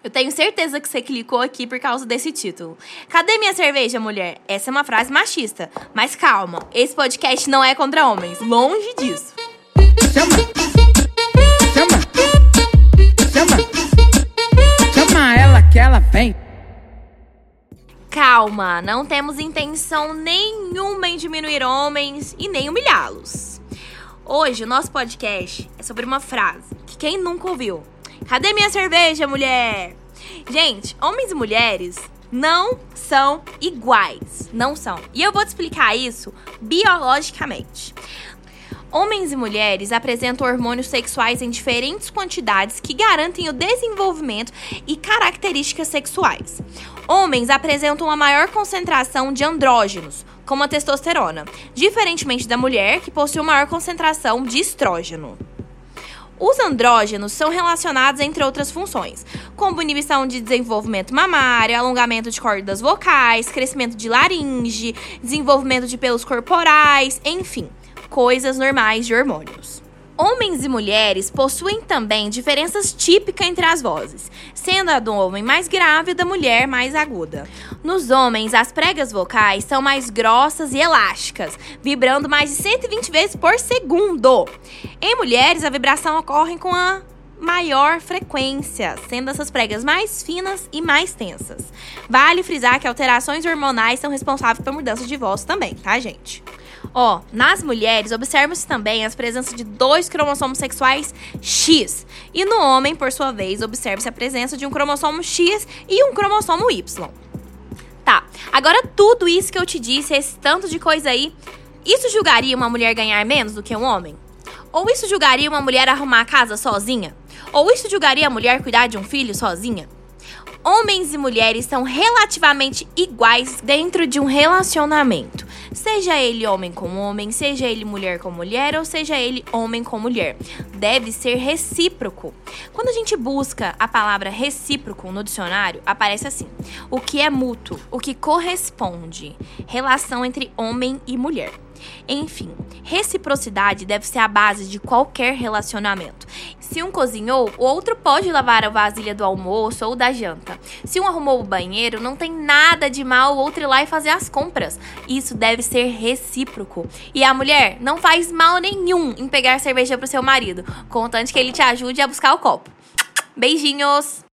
Eu tenho certeza que você clicou aqui por causa desse título. Cadê minha cerveja, mulher? Essa é uma frase machista. Mas calma, esse podcast não é contra homens. Longe disso. Chama ela que ela vem. Calma, não temos intenção nenhuma em diminuir homens e nem humilhá-los. Hoje o nosso podcast é sobre uma frase que quem nunca ouviu? Cadê minha cerveja, mulher? Gente, homens e mulheres não são iguais. Não são. E eu vou te explicar isso biologicamente. Homens e mulheres apresentam hormônios sexuais em diferentes quantidades que garantem o desenvolvimento e características sexuais. Homens apresentam uma maior concentração de andrógenos, como a testosterona, diferentemente da mulher, que possui uma maior concentração de estrógeno. Os andrógenos são relacionados entre outras funções, como inibição de desenvolvimento mamário, alongamento de cordas vocais, crescimento de laringe, desenvolvimento de pelos corporais, enfim, coisas normais de hormônios. Homens e mulheres possuem também diferenças típicas entre as vozes, sendo a do homem mais grave e da mulher mais aguda. Nos homens, as pregas vocais são mais grossas e elásticas, vibrando mais de 120 vezes por segundo. Em mulheres, a vibração ocorre com a maior frequência, sendo essas pregas mais finas e mais tensas. Vale frisar que alterações hormonais são responsáveis pela mudança de voz também, tá, gente? Nas mulheres, observa-se também a presença de 2 cromossomos sexuais X. E no homem, por sua vez, observa-se a presença de um cromossomo X e um cromossomo Y. Tá, agora tudo isso que eu te disse, esse tanto de coisa aí, isso julgaria uma mulher ganhar menos do que um homem? Ou isso julgaria uma mulher arrumar a casa sozinha? Ou isso julgaria a mulher cuidar de um filho sozinha? Homens e mulheres são relativamente iguais dentro de um relacionamento. Seja ele homem com homem, seja ele mulher com mulher, ou seja ele homem com mulher. Deve ser recíproco. Quando a gente busca a palavra recíproco no dicionário, aparece assim: o que é mútuo, o que corresponde, relação entre homem e mulher. Enfim, reciprocidade deve ser a base de qualquer relacionamento. Se um cozinhou, o outro pode lavar a vasilha do almoço ou da janta. Se um arrumou o banheiro, não tem nada de mal o outro ir lá e fazer as compras. Isso deve ser recíproco. E a mulher não faz mal nenhum em pegar cerveja pro seu marido, contanto que ele te ajude a buscar o copo. Beijinhos!